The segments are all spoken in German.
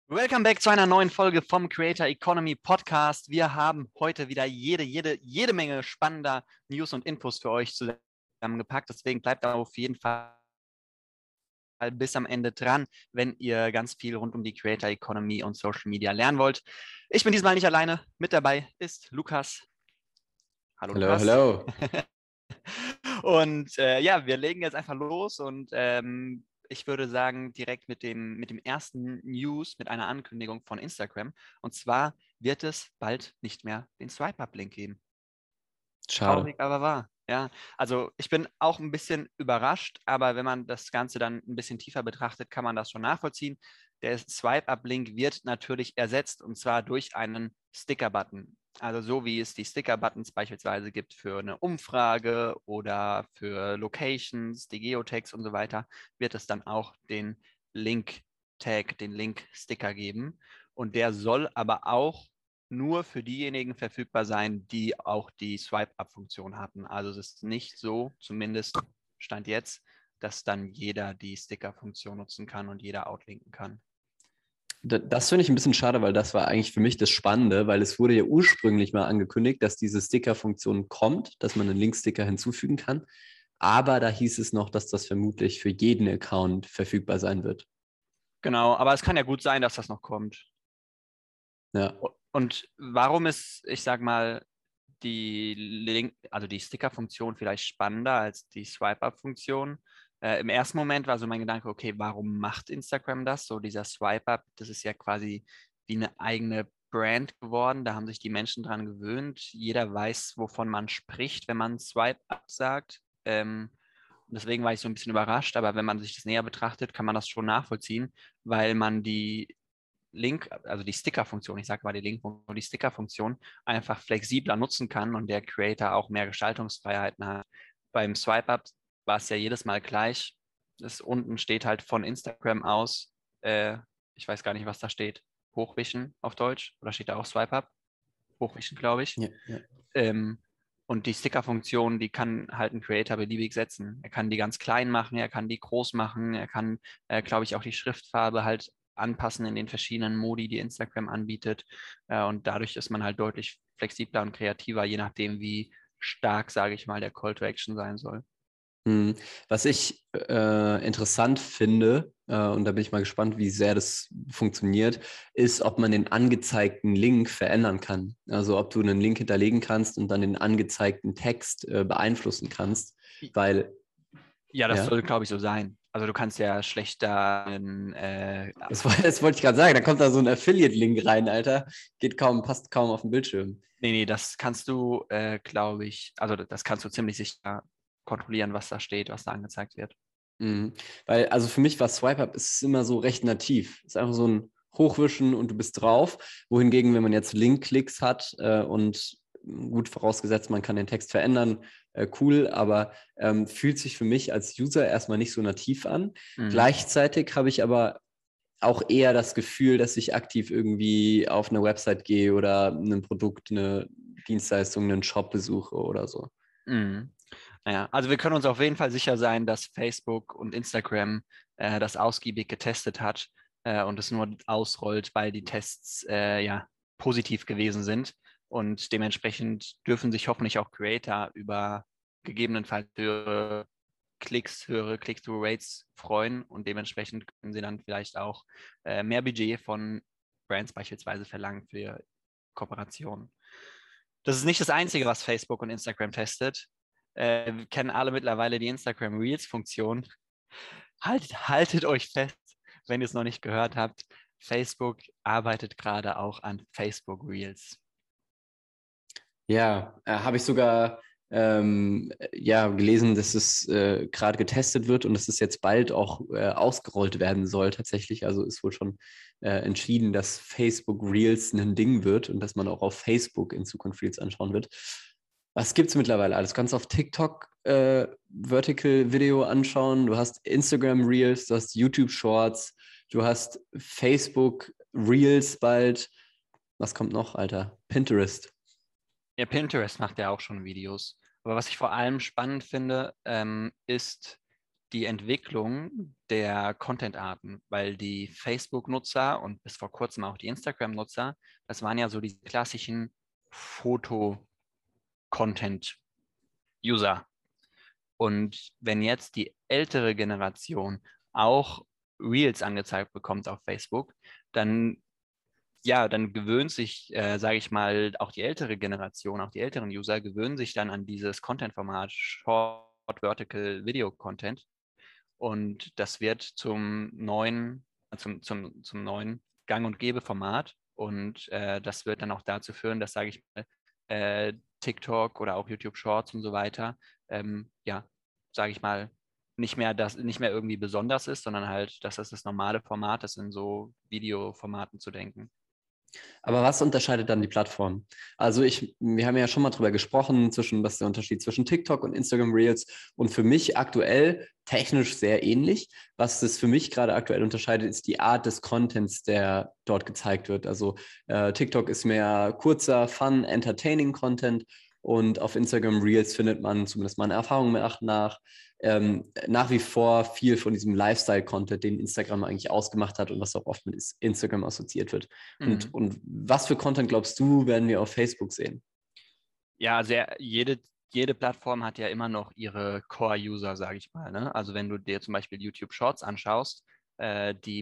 Welcome back zu einer neuen Folge vom Creator Economy Podcast. Wir haben heute wieder jede Menge spannender News und Infos für euch zusammengepackt. Deswegen bleibt auf jeden Fall bis am Ende dran, wenn ihr ganz viel rund um die Creator Economy und Social Media lernen wollt. Ich bin diesmal nicht alleine. Mit dabei ist Lukas. Hallo Hallo, Lukas. hallo. Und wir legen jetzt einfach los und ich würde sagen, direkt mit dem ersten News, mit einer Ankündigung von Instagram. Und zwar wird es bald nicht mehr den Swipe-Up-Link geben. Schade. Traurig, aber wahr. Ja, also ich bin auch ein bisschen überrascht, aber wenn man das Ganze dann ein bisschen tiefer betrachtet, kann man das schon nachvollziehen. Der Swipe-Up-Link wird natürlich ersetzt und zwar durch einen Sticker-Button. Also so wie es die Sticker-Buttons beispielsweise gibt für eine Umfrage oder für Locations, die Geotags und so weiter, wird es dann auch den Link-Tag, den Link-Sticker geben. Und der soll aber auch nur für diejenigen verfügbar sein, die auch die Swipe-Up-Funktion hatten. Also es ist nicht so, zumindest Stand jetzt, dass dann jeder die Sticker-Funktion nutzen kann und jeder outlinken kann. Das finde ich ein bisschen schade, weil das war eigentlich für mich das Spannende, weil es wurde ja ursprünglich mal angekündigt, dass diese Sticker-Funktion kommt, dass man einen Link-Sticker hinzufügen kann. Aber da hieß es noch, dass das vermutlich für jeden Account verfügbar sein wird. Genau, aber es kann ja gut sein, dass das noch kommt. Ja. Und warum ist, ich sag mal, die Sticker-Funktion vielleicht spannender als die Swipe-Up-Funktion? Im ersten Moment war so mein Gedanke, okay, warum macht Instagram das? So dieser Swipe-Up, das ist ja quasi wie eine eigene Brand geworden. Da haben sich die Menschen dran gewöhnt. Jeder weiß, wovon man spricht, wenn man Swipe-Up sagt. Deswegen war ich so ein bisschen überrascht, aber wenn man sich das näher betrachtet, kann man das schon nachvollziehen, weil man die also die Sticker-Funktion, ich sage mal die Link-Funktion, die Sticker-Funktion einfach flexibler nutzen kann und der Creator auch mehr Gestaltungsfreiheiten hat. Beim Swipe-Up war es ja jedes Mal gleich. Das unten steht halt von Instagram aus, ich weiß gar nicht, was da steht, Hochwischen auf Deutsch, oder steht da auch Swipe-Up? Hochwischen, glaube ich. Ja, ja. Ähm, und die Sticker-Funktion, die kann halt ein Creator beliebig setzen. Er kann die ganz klein machen, er kann die groß machen, er kann, glaube ich, auch die Schriftfarbe halt anpassen in den verschiedenen Modi, die Instagram anbietet. Und dadurch ist man halt deutlich flexibler und kreativer, je nachdem, wie stark, sage ich mal, der Call to Action sein soll. Was ich interessant finde, und da bin ich mal gespannt, wie sehr das funktioniert, ist, ob man den angezeigten Link verändern kann. Also ob du einen Link hinterlegen kannst und dann den angezeigten Text beeinflussen kannst, weil, Ja, das ja, soll, glaube ich, so sein. Also du kannst ja schlechter das wollte ich gerade sagen, da kommt da so ein Affiliate-Link rein, Alter, passt kaum auf den Bildschirm. Nee, das kannst du, glaube ich, also das kannst du ziemlich sicher kontrollieren, was da steht, was da angezeigt wird. Mhm. Weil, also für mich war Swipe-Up ist immer so recht nativ. Ist einfach so ein Hochwischen und du bist drauf. Wohingegen, wenn man jetzt Link-Klicks hat und gut vorausgesetzt, man kann den Text verändern, cool, aber fühlt sich für mich als User erstmal nicht so nativ an. Mhm. Gleichzeitig habe ich aber auch eher das Gefühl, dass ich aktiv irgendwie auf eine Website gehe oder ein Produkt, eine Dienstleistung, einen Shop besuche oder so. Mhm. Naja, also wir können uns auf jeden Fall sicher sein, dass Facebook und Instagram das ausgiebig getestet hat und es nur ausrollt, weil die Tests positiv gewesen sind. Und dementsprechend dürfen sich hoffentlich auch Creator über gegebenenfalls höhere Click-through-Rates freuen und dementsprechend können sie dann vielleicht auch mehr Budget von Brands beispielsweise verlangen für Kooperationen. Das ist nicht das Einzige, was Facebook und Instagram testet. Wir kennen alle mittlerweile die Instagram Reels-Funktion. Haltet euch fest, wenn ihr es noch nicht gehört habt. Facebook arbeitet gerade auch an Facebook Reels. Ja, habe ich sogar gelesen, dass es gerade getestet wird und dass es jetzt bald auch ausgerollt werden soll tatsächlich. Also ist wohl schon entschieden, dass Facebook Reels ein Ding wird und dass man auch auf Facebook in Zukunft Reels anschauen wird. Was gibt es mittlerweile alles? Du kannst auf TikTok Vertical Video anschauen, du hast Instagram Reels, du hast YouTube Shorts, du hast Facebook Reels bald. Was kommt noch, Alter? Pinterest. Ja, Pinterest macht ja auch schon Videos. Aber was ich vor allem spannend finde, ist die Entwicklung der Content-Arten, weil die Facebook-Nutzer und bis vor kurzem auch die Instagram-Nutzer, das waren ja so die klassischen Foto-Content-User. Und wenn jetzt die ältere Generation auch Reels angezeigt bekommt auf Facebook, dann ja, dann gewöhnt sich, sage ich mal, auch die ältere Generation, auch die älteren User gewöhnen sich dann an dieses Content-Format, Short Vertical Video Content. Und das wird zum neuen Gang- und Gäbe-Format. Und das wird dann auch dazu führen, dass, sage ich mal, TikTok oder auch YouTube Shorts und so weiter, ja, sage ich mal, nicht mehr irgendwie besonders ist, sondern halt, dass das normale Format ist, in so Videoformaten zu denken. Aber was unterscheidet dann die Plattform? Also wir haben ja schon mal drüber gesprochen, was ist der Unterschied zwischen TikTok und Instagram Reels, und für mich aktuell technisch sehr ähnlich. Was das für mich gerade aktuell unterscheidet, ist die Art des Contents, der dort gezeigt wird. Also TikTok ist mehr kurzer, fun, entertaining Content, und auf Instagram Reels findet man, zumindest meiner Erfahrung nach, nach wie vor viel von diesem Lifestyle-Content, den Instagram eigentlich ausgemacht hat und was auch oft mit Instagram assoziiert wird. Mhm. Und was für Content glaubst du, werden wir auf Facebook sehen? Ja, also jede Plattform hat ja immer noch ihre Core-User, sage ich mal. Ne? Also wenn du dir zum Beispiel YouTube Shorts anschaust, die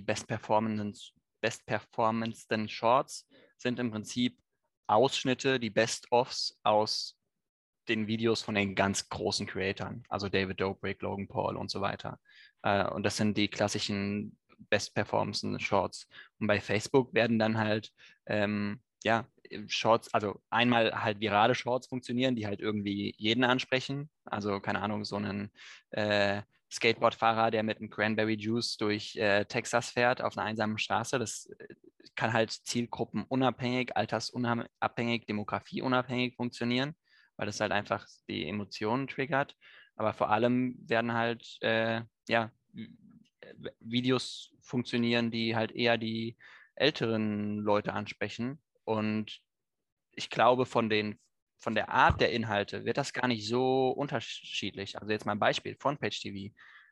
bestperformendsten Shorts sind im Prinzip Ausschnitte, die Best-ofs aus den Videos von den ganz großen Creatoren, also David Dobrik, Logan Paul und so weiter. Und das sind die klassischen bestperformendsten Shorts. Und bei Facebook werden dann halt ja, Shorts, also einmal halt virale Shorts funktionieren, die halt irgendwie jeden ansprechen. Also keine Ahnung, so einen Skateboardfahrer, der mit einem Cranberry Juice durch Texas fährt auf einer einsamen Straße. Das kann halt zielgruppenunabhängig, altersunabhängig, demografieunabhängig funktionieren, weil das halt einfach die Emotionen triggert. Aber vor allem werden halt ja, Videos funktionieren, die halt eher die älteren Leute ansprechen. Und ich glaube, von der Art der Inhalte wird das gar nicht so unterschiedlich. Also jetzt mal ein Beispiel, Frontpage TV.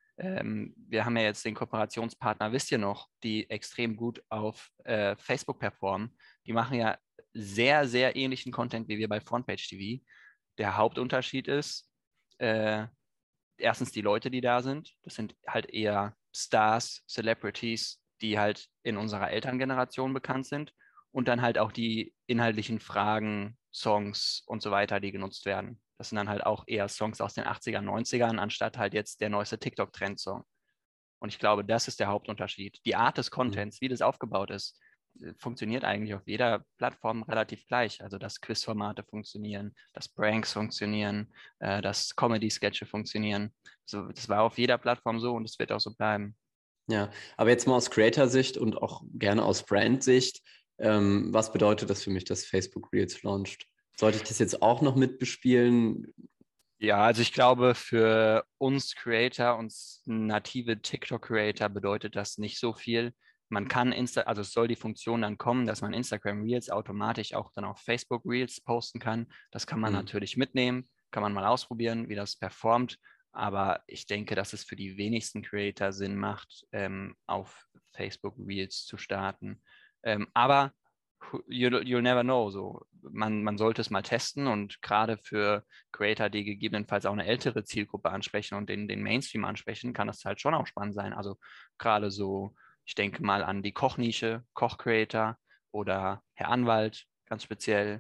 Wir haben ja jetzt den Kooperationspartner, wisst ihr noch, die extrem gut auf Facebook performen. Die machen ja sehr, sehr ähnlichen Content wie wir bei Frontpage TV. Der Hauptunterschied ist, äh, erstens die Leute, die da sind. Das sind halt eher Stars, Celebrities, die halt in unserer Elterngeneration bekannt sind. Und dann halt auch die inhaltlichen Fragen, Songs und so weiter, die genutzt werden. Das sind dann halt auch eher Songs aus den 80ern, 90ern, anstatt halt jetzt der neueste TikTok-Trend-Song. Und ich glaube, das ist der Hauptunterschied. Die Art des Contents, wie das aufgebaut ist, funktioniert eigentlich auf jeder Plattform relativ gleich. Also dass Quizformate funktionieren, dass Pranks funktionieren, dass Comedy-Sketche funktionieren. So, das war auf jeder Plattform so und es wird auch so bleiben. Ja, aber jetzt mal aus Creator-Sicht und auch gerne aus Brand-Sicht, was bedeutet das für mich, dass Facebook Reels launcht? Sollte ich das jetzt auch noch mitbespielen? Ja, also ich glaube, für uns Creator, uns native TikTok-Creator bedeutet das nicht so viel. Man kann also es soll die Funktion dann kommen, dass man Instagram Reels automatisch auch dann auf Facebook Reels posten kann. Das kann man natürlich mitnehmen, kann man mal ausprobieren, wie das performt. Aber ich denke, dass es für die wenigsten Creator Sinn macht, auf Facebook Reels zu starten. Aber you'll never know. So, man sollte es mal testen und gerade für Creator, die gegebenenfalls auch eine ältere Zielgruppe ansprechen und den Mainstream ansprechen, kann das halt schon auch spannend sein. Also gerade so, ich denke mal an die Kochnische, Koch-Creator oder Herr Anwalt ganz speziell.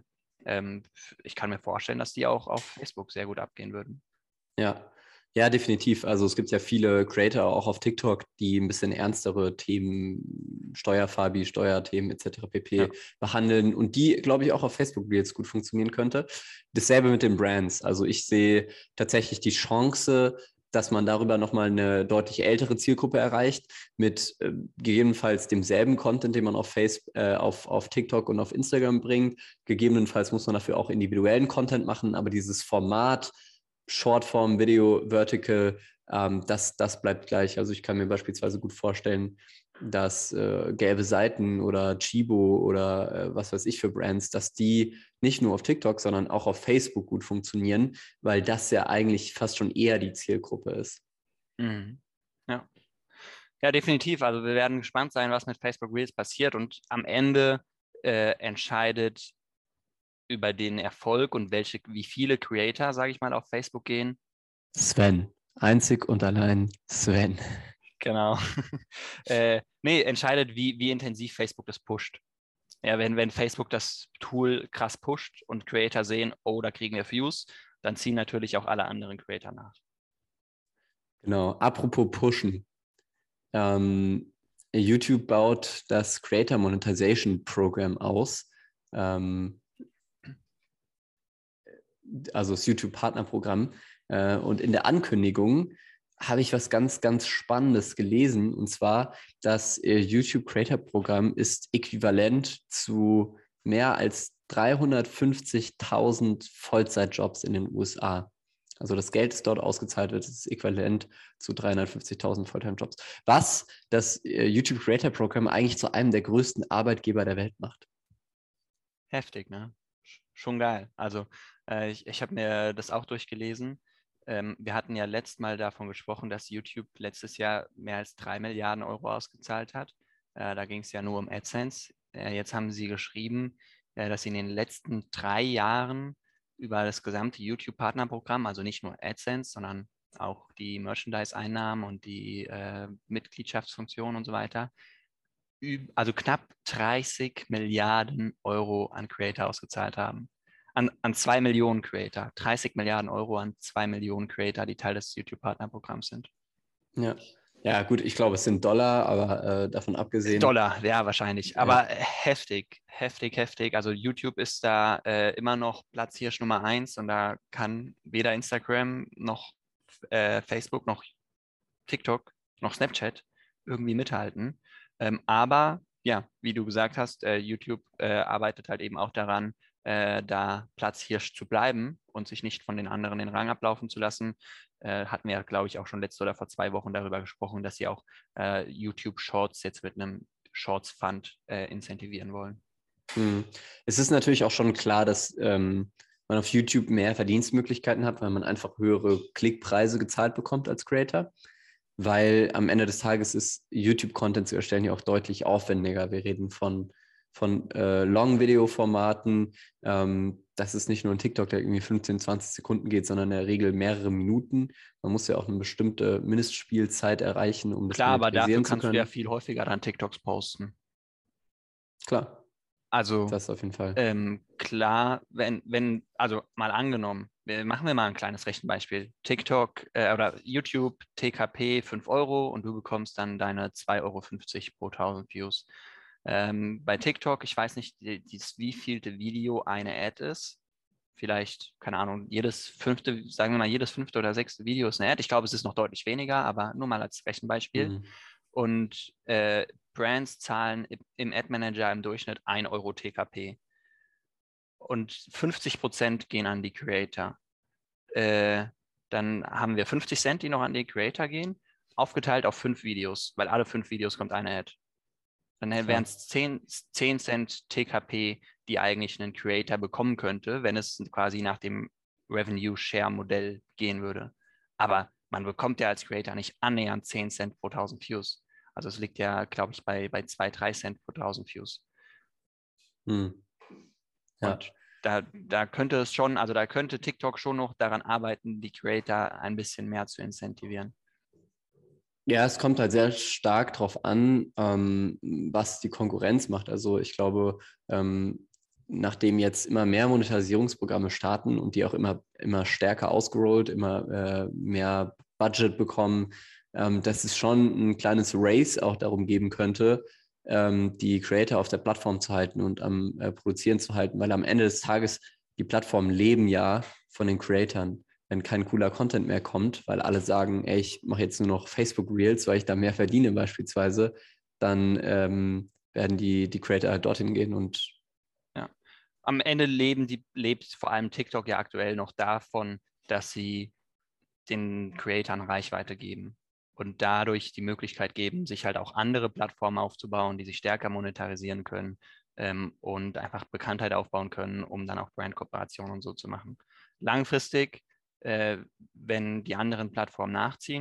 Ich kann mir vorstellen, dass die auch auf Facebook sehr gut abgehen würden. Ja. Ja, definitiv. Also es gibt ja viele Creator auch auf TikTok, die ein bisschen ernstere Themen, Steuerfabi, Steuerthemen etc. Ja. pp. Behandeln und die, glaube ich, auch auf Facebook Reels gut funktionieren könnte. Dasselbe mit den Brands. Also ich sehe tatsächlich die Chance, dass man darüber nochmal eine deutlich ältere Zielgruppe erreicht, mit gegebenenfalls demselben Content, den man auf TikTok und auf Instagram bringt. Gegebenenfalls muss man dafür auch individuellen Content machen, aber dieses Format Shortform, Video, Vertical, das bleibt gleich. Also ich kann mir beispielsweise gut vorstellen, dass gelbe Seiten oder Chibo oder was weiß ich für Brands, dass die nicht nur auf TikTok, sondern auch auf Facebook gut funktionieren, weil das ja eigentlich fast schon eher die Zielgruppe ist. Mhm. Ja, definitiv. Also wir werden gespannt sein, was mit Facebook Reels passiert und am Ende entscheidet über den Erfolg und wie viele Creator, sage ich mal, auf Facebook gehen. Sven. Einzig und allein Sven. Genau. Nee, entscheidet, wie intensiv Facebook das pusht. Ja, wenn Facebook das Tool krass pusht und Creator sehen, oh, da kriegen wir Views, dann ziehen natürlich auch alle anderen Creator nach. Genau. Apropos Pushen. YouTube baut das Creator Monetization Program aus. Also das YouTube-Partnerprogramm. Und in der Ankündigung habe ich was ganz, ganz Spannendes gelesen. Und zwar, das YouTube-Creator-Programm ist äquivalent zu mehr als 350.000 Vollzeitjobs in den USA. Also das Geld, das dort ausgezahlt wird, ist äquivalent zu 350.000 Volltime-Jobs. Was das YouTube Creator Program eigentlich zu einem der größten Arbeitgeber der Welt macht. Heftig, ne? Schon geil. Also ich habe mir das auch durchgelesen. Wir hatten ja letztes Mal davon gesprochen, dass YouTube letztes Jahr mehr als 3 Milliarden Euro ausgezahlt hat. Da ging es ja nur um AdSense. Jetzt haben sie geschrieben, dass sie in den letzten 3 Jahren über das gesamte YouTube-Partnerprogramm, also nicht nur AdSense, sondern auch die Merchandise-Einnahmen und die Mitgliedschaftsfunktion und so weiter, also knapp 30 Milliarden Euro an Creator ausgezahlt haben. An 2 Millionen Creator. 30 Milliarden Euro an 2 Millionen Creator, die Teil des YouTube-Partnerprogramms sind. Ja. Ja, gut, ich glaube, es sind Dollar, aber davon abgesehen. Dollar, ja, wahrscheinlich. Aber heftig, heftig, heftig. Also YouTube ist da immer noch Platzhirsch Nummer 1 und da kann weder Instagram noch Facebook noch TikTok noch Snapchat irgendwie mithalten. Aber ja, wie du gesagt hast, YouTube arbeitet halt eben auch daran, da Platzhirsch zu bleiben und sich nicht von den anderen den Rang ablaufen zu lassen. Hatten wir, glaube ich, auch schon letzte oder vor 2 Wochen darüber gesprochen, dass sie auch YouTube Shorts jetzt mit einem Shorts Fund incentivieren wollen. Es ist natürlich auch schon klar, dass man auf YouTube mehr Verdienstmöglichkeiten hat, weil man einfach höhere Klickpreise gezahlt bekommt als Creator. Weil am Ende des Tages ist YouTube-Content zu erstellen ja auch deutlich aufwendiger. Wir reden von Long-Video-Formaten. Das ist nicht nur ein TikTok, der irgendwie 15, 20 Sekunden geht, sondern in der Regel mehrere Minuten. Man muss ja auch eine bestimmte Mindestspielzeit erreichen, um das Klar, aber dafür monetarisieren zu kannst du ja können. viel häufiger dann TikToks posten. Klar, Also das auf jeden Fall. klar, also mal angenommen, machen wir mal ein kleines Rechenbeispiel. TikTok oder YouTube, TKP 5 Euro und du bekommst dann deine 2,50 Euro pro 1000 Views. Bei TikTok, ich weiß nicht, wie vielte Video eine Ad ist. Vielleicht, keine Ahnung, sagen wir mal, jedes 5. oder 6. Video ist eine Ad. Ich glaube, es ist noch deutlich weniger, aber nur mal als Rechenbeispiel. Und Brands zahlen im Ad Manager im Durchschnitt 1 Euro TKP. Und 50% gehen an die Creator. Dann haben wir 50 Cent, die noch an die Creator gehen, aufgeteilt auf 5 Videos, weil alle 5 Videos kommt eine Ad. Dann wären es 10 Cent TKP, die eigentlich ein Creator bekommen könnte, wenn es quasi nach dem Revenue-Share-Modell gehen würde. Aber man bekommt ja als Creator nicht annähernd 10 Cent pro 1000 Views. Also es liegt ja, glaube ich, bei 2, 3 Cent pro 1000 Views. Ja. Und da könnte es schon, also da könnte TikTok schon noch daran arbeiten, die Creator ein bisschen mehr zu incentivieren. Ja, es kommt halt sehr stark darauf an, was die Konkurrenz macht. Also ich glaube, nachdem jetzt immer mehr Monetarisierungsprogramme starten und die auch immer stärker ausgerollt, immer mehr Budget bekommen, dass es schon ein kleines Race auch darum geben könnte, die Creator auf der Plattform zu halten und am Produzieren zu halten, weil am Ende des Tages die Plattformen leben ja von den Creatoren. Wenn kein cooler Content mehr kommt, weil alle sagen, ey, ich mache jetzt nur noch Facebook Reels, weil ich da mehr verdiene beispielsweise, dann werden die Creator halt dorthin gehen und ja. Am Ende lebt vor allem TikTok ja aktuell noch davon, dass sie den Creatoren Reichweite geben und dadurch die Möglichkeit geben, sich halt auch andere Plattformen aufzubauen, die sich stärker monetarisieren können und einfach Bekanntheit aufbauen können, um dann auch Brandkooperationen und so zu machen. Langfristig, wenn die anderen Plattformen nachziehen,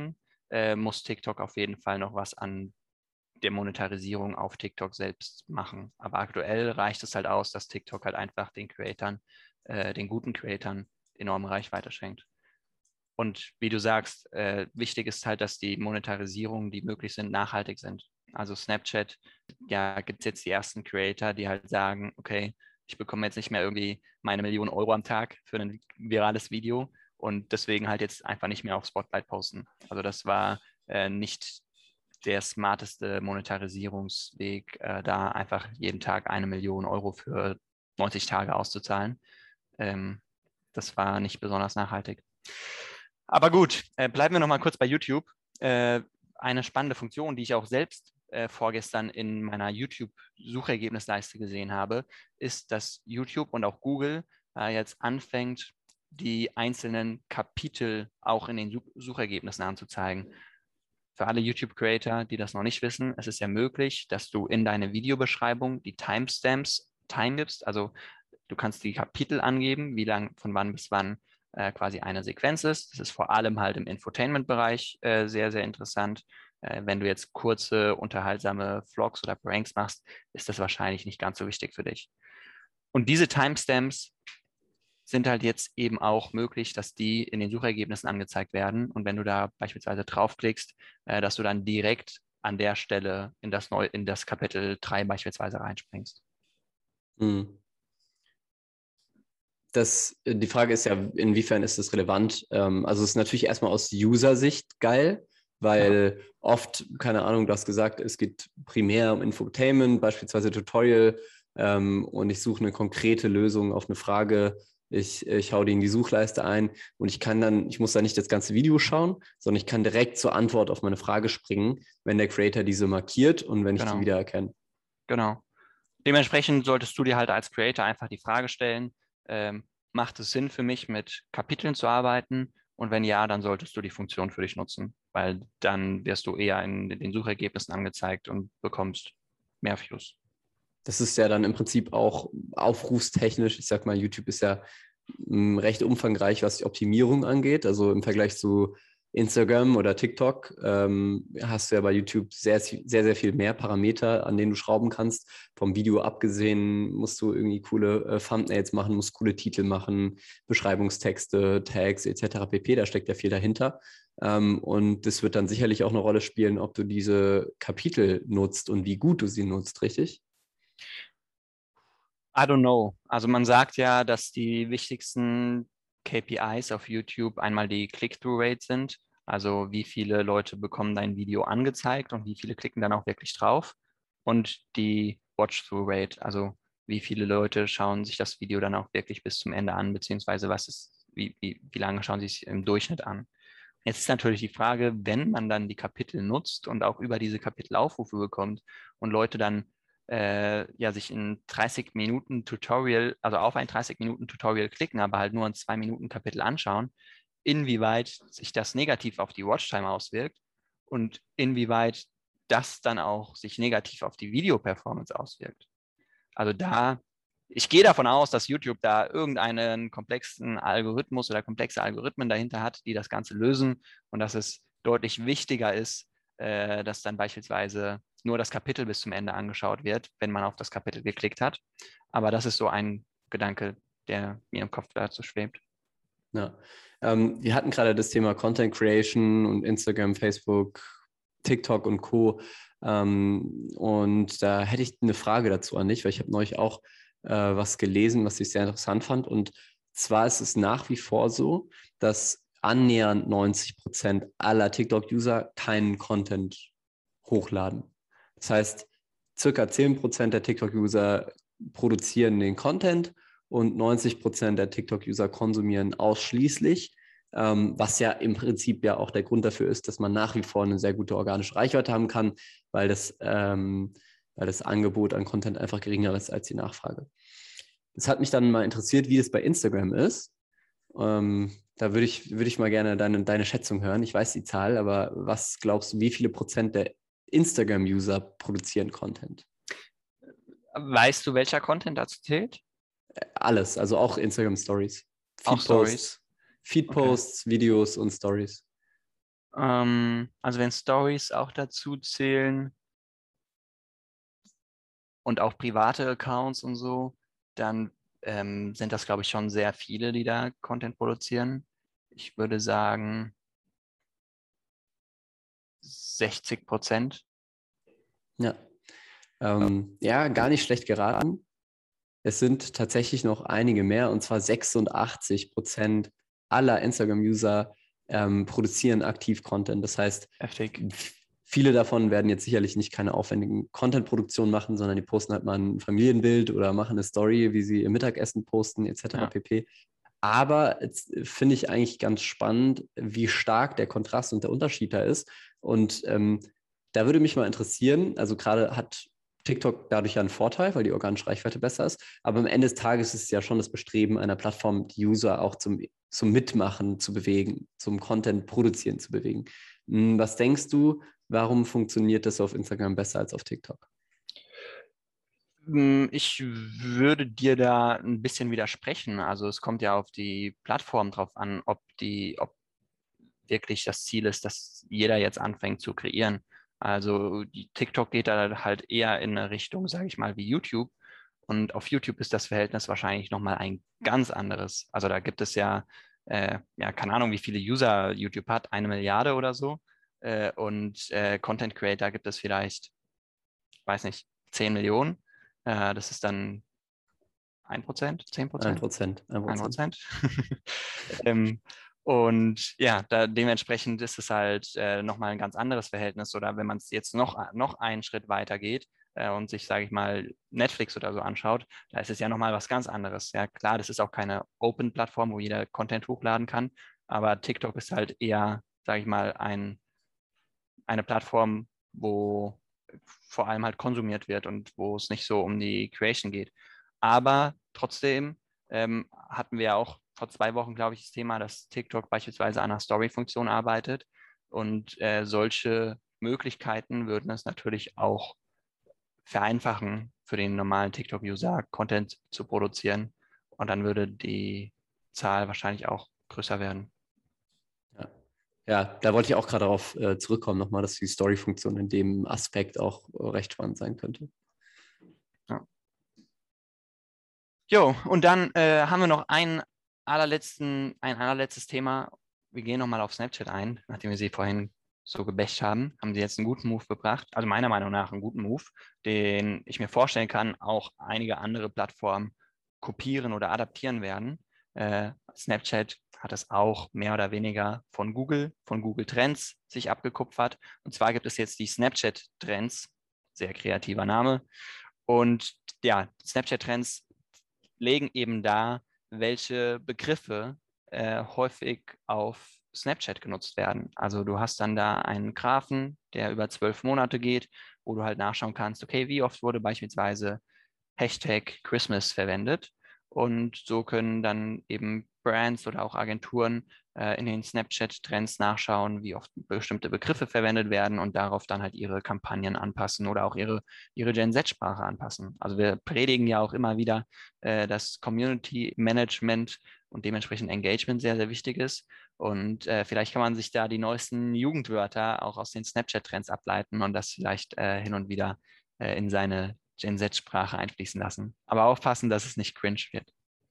muss TikTok auf jeden Fall noch was an der Monetarisierung auf TikTok selbst machen. Aber aktuell reicht es halt aus, dass TikTok halt einfach den Creatern, den guten Creatern enorme Reichweite schenkt. Und wie du sagst, wichtig ist halt, dass die Monetarisierungen, die möglich sind, nachhaltig sind. Also Snapchat, ja, gibt es jetzt die ersten Creator, die halt sagen, okay, ich bekomme jetzt nicht mehr irgendwie meine Million Euro am Tag für ein virales Video und deswegen halt jetzt einfach nicht mehr auf Spotlight posten. Also das war nicht der smarteste Monetarisierungsweg, da einfach jeden Tag 1 Million Euro für 90 Tage auszuzahlen. Das war nicht besonders nachhaltig. Aber gut, bleiben wir noch mal kurz bei YouTube. Eine spannende Funktion, die ich auch selbst vorgestern in meiner YouTube-Suchergebnisleiste gesehen habe, ist, dass YouTube und auch Google jetzt anfängt, die einzelnen Kapitel auch in den Suchergebnissen anzuzeigen. Für alle YouTube-Creator, die das noch nicht wissen, es ist ja möglich, dass du in deine Videobeschreibung die Timestamps gibst. Also du kannst die Kapitel angeben, wie lang von wann bis wann quasi eine Sequenz ist. Das ist vor allem halt im Infotainment-Bereich sehr, sehr interessant. Wenn du jetzt kurze, unterhaltsame Vlogs oder Pranks machst, ist das wahrscheinlich nicht ganz so wichtig für dich. Und diese Timestamps sind halt jetzt eben auch möglich, dass die in den Suchergebnissen angezeigt werden. Und wenn du da beispielsweise draufklickst, dass du dann direkt an der Stelle in das Kapitel 3 beispielsweise reinspringst. Hm. Die Frage ist ja, inwiefern ist das relevant? Also es ist natürlich erstmal aus User-Sicht geil, weil oft, keine Ahnung, du hast gesagt, es geht primär um Infotainment, beispielsweise Tutorial, und ich suche eine konkrete Lösung auf eine Frage. Ich hau die in die Suchleiste ein und ich muss da nicht das ganze Video schauen, sondern ich kann direkt zur Antwort auf meine Frage springen, wenn der Creator diese markiert und wenn ich die wiedererkenne. Genau. Dementsprechend solltest du dir halt als Creator einfach die Frage stellen, macht es Sinn für mich, mit Kapiteln zu arbeiten? Und wenn ja, dann solltest du die Funktion für dich nutzen, weil dann wirst du eher in den Suchergebnissen angezeigt und bekommst mehr Views. Das ist ja dann im Prinzip auch aufrufstechnisch. Ich sag mal, YouTube ist ja recht umfangreich, was die Optimierung angeht. Also im Vergleich zu Instagram oder TikTok hast du ja bei YouTube sehr, sehr, sehr viel mehr Parameter, an denen du schrauben kannst. Vom Video abgesehen musst du irgendwie coole Thumbnails machen, musst coole Titel machen, Beschreibungstexte, Tags etc. pp. Da steckt ja viel dahinter. Und das wird dann sicherlich auch eine Rolle spielen, ob du diese Kapitel nutzt und wie gut du sie nutzt, richtig? I don't know. Also man sagt ja, dass die wichtigsten KPIs auf YouTube einmal die Click-Through-Rate sind. Also wie viele Leute bekommen dein Video angezeigt und wie viele klicken dann auch wirklich drauf. Und die Watch-Through-Rate, also wie viele Leute schauen sich das Video dann auch wirklich bis zum Ende an, beziehungsweise wie lange schauen sie es im Durchschnitt an. Jetzt ist natürlich die Frage, wenn man dann die Kapitel nutzt und auch über diese Kapitel Aufrufe bekommt und Leute dann sich in 30 Minuten Tutorial, also auf ein 30 Minuten Tutorial klicken, aber halt nur ein 2 Minuten Kapitel anschauen, inwieweit sich das negativ auf die Watchtime auswirkt und inwieweit das dann auch sich negativ auf die Videoperformance auswirkt. Also ich gehe davon aus, dass YouTube da irgendeinen komplexen Algorithmus oder komplexe Algorithmen dahinter hat, die das Ganze lösen und dass es deutlich wichtiger ist, dass dann beispielsweise nur das Kapitel bis zum Ende angeschaut wird, wenn man auf das Kapitel geklickt hat. Aber das ist so ein Gedanke, der mir im Kopf dazu schwebt. Ja, wir hatten gerade das Thema Content Creation und Instagram, Facebook, TikTok und Co. Und da hätte ich eine Frage dazu an dich, weil ich habe neulich auch was gelesen, was ich sehr interessant fand. Und zwar ist es nach wie vor so, dass annähernd 90% aller TikTok-User keinen Content hochladen. Das heißt, circa 10% der TikTok-User produzieren den Content und 90% der TikTok-User konsumieren ausschließlich, was ja im Prinzip ja auch der Grund dafür ist, dass man nach wie vor eine sehr gute organische Reichweite haben kann, weil das Angebot an Content einfach geringer ist als die Nachfrage. Das hat mich dann mal interessiert, wie es bei Instagram ist. Da würde ich mal gerne deine Schätzung hören. Ich weiß die Zahl, aber was glaubst du, wie viele Prozent der Instagram-User produzieren Content? Weißt du, welcher Content dazu zählt? Alles, also auch Instagram Stories. Auch Stories. Feed-Posts, okay. Videos und Stories. Also wenn Stories auch dazu zählen und auch private Accounts und so, dann sind das, glaube ich, schon sehr viele, die da Content produzieren. Ich würde sagen 60%. Ja. Ja, gar nicht schlecht geraten. Es sind tatsächlich noch einige mehr, und zwar 86% aller Instagram-User produzieren aktiv Content. Das heißt, Heftig. viele davon werden jetzt sicherlich nicht keine aufwendigen Content-Produktionen machen, sondern die posten halt mal ein Familienbild oder machen eine Story, wie sie ihr Mittagessen posten, etc. Ja. pp. Aber jetzt finde ich eigentlich ganz spannend, wie stark der Kontrast und der Unterschied da ist. Und da würde mich mal interessieren, also gerade hat TikTok dadurch ja einen Vorteil, weil die organische Reichweite besser ist. Aber am Ende des Tages ist es ja schon das Bestreben einer Plattform, die User auch zum Mitmachen zu bewegen, zum Content produzieren zu bewegen. Was denkst du, warum funktioniert das auf Instagram besser als auf TikTok? Ich würde dir da ein bisschen widersprechen. Also es kommt ja auf die Plattform drauf an, ob wirklich das Ziel ist, dass jeder jetzt anfängt zu kreieren. Also die TikTok geht da halt eher in eine Richtung, sage ich mal, wie YouTube. Und auf YouTube ist das Verhältnis wahrscheinlich nochmal ein ganz anderes. Also da gibt es ja, keine Ahnung, wie viele User YouTube hat, 1 Milliarde oder so. Und Content Creator gibt es vielleicht, weiß nicht, 10 Millionen. Das ist dann 1%, 10%, 1%, 1%. 1%. ähm, und ja, dementsprechend ist es halt nochmal ein ganz anderes Verhältnis. Oder wenn man es jetzt noch einen Schritt weiter geht und sich, sage ich mal, Netflix oder so anschaut, da ist es ja nochmal was ganz anderes. Ja, klar, das ist auch keine Open-Plattform, wo jeder Content hochladen kann, aber TikTok ist halt eher, sage ich mal, eine Plattform, wo vor allem halt konsumiert wird und wo es nicht so um die Creation geht. Aber trotzdem hatten wir ja auch vor 2 Wochen, glaube ich, das Thema, dass TikTok beispielsweise an einer Story-Funktion arbeitet. Und solche Möglichkeiten würden es natürlich auch vereinfachen für den normalen TikTok-User, Content zu produzieren. Und dann würde die Zahl wahrscheinlich auch größer werden. Ja. Ja, da wollte ich auch gerade darauf zurückkommen, nochmal, dass die Story-Funktion in dem Aspekt auch recht spannend sein könnte. Ja. Jo, und dann haben wir noch ein allerletztes Thema. Wir gehen nochmal auf Snapchat ein, nachdem wir sie vorhin so gebasht haben, haben sie jetzt einen guten Move gebracht. Also meiner Meinung nach einen guten Move, den ich mir vorstellen kann, auch einige andere Plattformen kopieren oder adaptieren werden. Snapchat hat es auch mehr oder weniger von Google Trends sich abgekupfert. Und zwar gibt es jetzt die Snapchat Trends, sehr kreativer Name. Und ja, Snapchat Trends legen eben dar, welche Begriffe häufig auf Snapchat genutzt werden. Also du hast dann da einen Graphen, der über 12 Monate geht, wo du halt nachschauen kannst, okay, wie oft wurde beispielsweise Hashtag Christmas verwendet. Und so können dann eben Brands oder auch Agenturen in den Snapchat-Trends nachschauen, wie oft bestimmte Begriffe verwendet werden und darauf dann halt ihre Kampagnen anpassen oder auch ihre Gen Z-Sprache anpassen. Also wir predigen ja auch immer wieder, dass Community Management und dementsprechend Engagement sehr, sehr wichtig ist. Und vielleicht kann man sich da die neuesten Jugendwörter auch aus den Snapchat-Trends ableiten und das vielleicht hin und wieder in seine Gen Z-Sprache einfließen lassen. Aber aufpassen, dass es nicht cringe wird.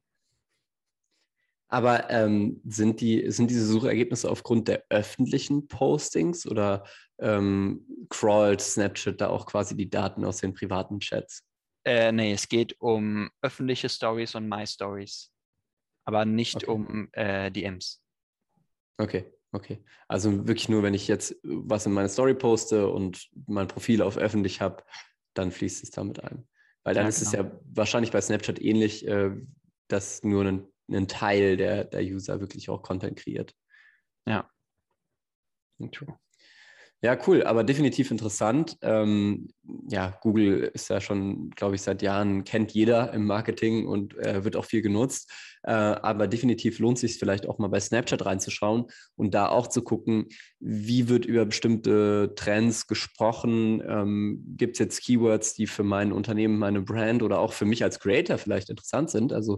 Aber sind diese Suchergebnisse aufgrund der öffentlichen Postings oder crawlt Snapchat da auch quasi die Daten aus den privaten Chats? Nee, es geht um öffentliche Stories und My Stories, aber nicht Okay, um DMs. okay, okay. Also wirklich nur, wenn ich jetzt was in meine Story poste und mein Profil auf öffentlich habe, dann fließt es damit ein. Weil dann Ja, ist es genau. ja wahrscheinlich bei Snapchat ähnlich, dass nur ein Teil der User wirklich auch Content kreiert. Ja. Okay. Ja, cool, aber definitiv interessant. Ja, Google ist ja schon, glaube ich, seit Jahren, kennt jeder im Marketing und wird auch viel genutzt. Aber definitiv lohnt sich vielleicht auch mal bei Snapchat reinzuschauen und da auch zu gucken, wie wird über bestimmte Trends gesprochen. Gibt es jetzt Keywords, die für mein Unternehmen, meine Brand oder auch für mich als Creator vielleicht interessant sind? Also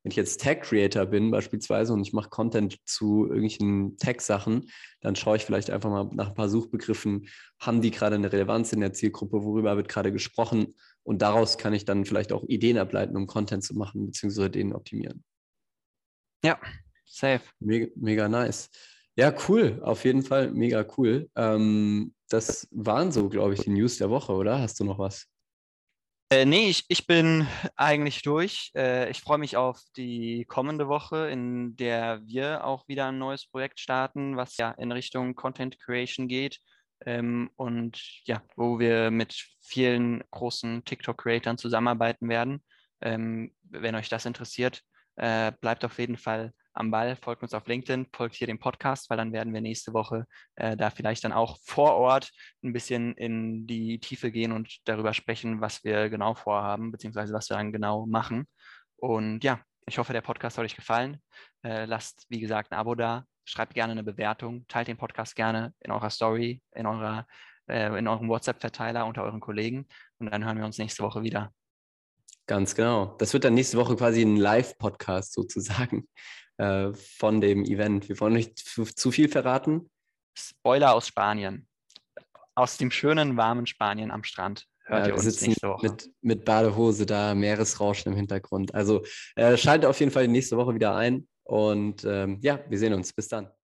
wenn ich jetzt Tech-Creator bin beispielsweise und ich mache Content zu irgendwelchen Tech-Sachen, dann schaue ich vielleicht einfach mal nach ein paar Suchbegriffen, haben die gerade eine Relevanz in der Zielgruppe, worüber wird gerade gesprochen, und daraus kann ich dann vielleicht auch Ideen ableiten, um Content zu machen, beziehungsweise den optimieren. Ja, safe. Mega, mega nice. Ja, cool, auf jeden Fall mega cool. Das waren so, glaube ich, die News der Woche, oder? Hast du noch was? Nee, ich bin eigentlich durch. Ich freue mich auf die kommende Woche, in der wir auch wieder ein neues Projekt starten, was ja in Richtung Content Creation geht. Und ja, wo wir mit vielen großen TikTok-Creatern zusammenarbeiten werden. Wenn euch das interessiert, bleibt auf jeden Fall am Ball, folgt uns auf LinkedIn, folgt hier dem Podcast, weil dann werden wir nächste Woche da vielleicht dann auch vor Ort ein bisschen in die Tiefe gehen und darüber sprechen, was wir genau vorhaben, beziehungsweise was wir dann genau machen. Und ja, ich hoffe, der Podcast hat euch gefallen. Lasst, wie gesagt, ein Abo da, schreibt gerne eine Bewertung, teilt den Podcast gerne in eurer Story, in eurem WhatsApp-Verteiler unter euren Kollegen, und dann hören wir uns nächste Woche wieder. Ganz genau. Das wird dann nächste Woche quasi ein Live-Podcast sozusagen von dem Event. Wir wollen nicht zu viel verraten. Spoiler aus Spanien. Aus dem schönen, warmen Spanien am Strand hört Ja, ihr wir uns sitzen nächste Woche. mit Badehose da, Meeresrauschen im Hintergrund. Also schaltet auf jeden Fall nächste Woche wieder ein und ja, wir sehen uns. Bis dann.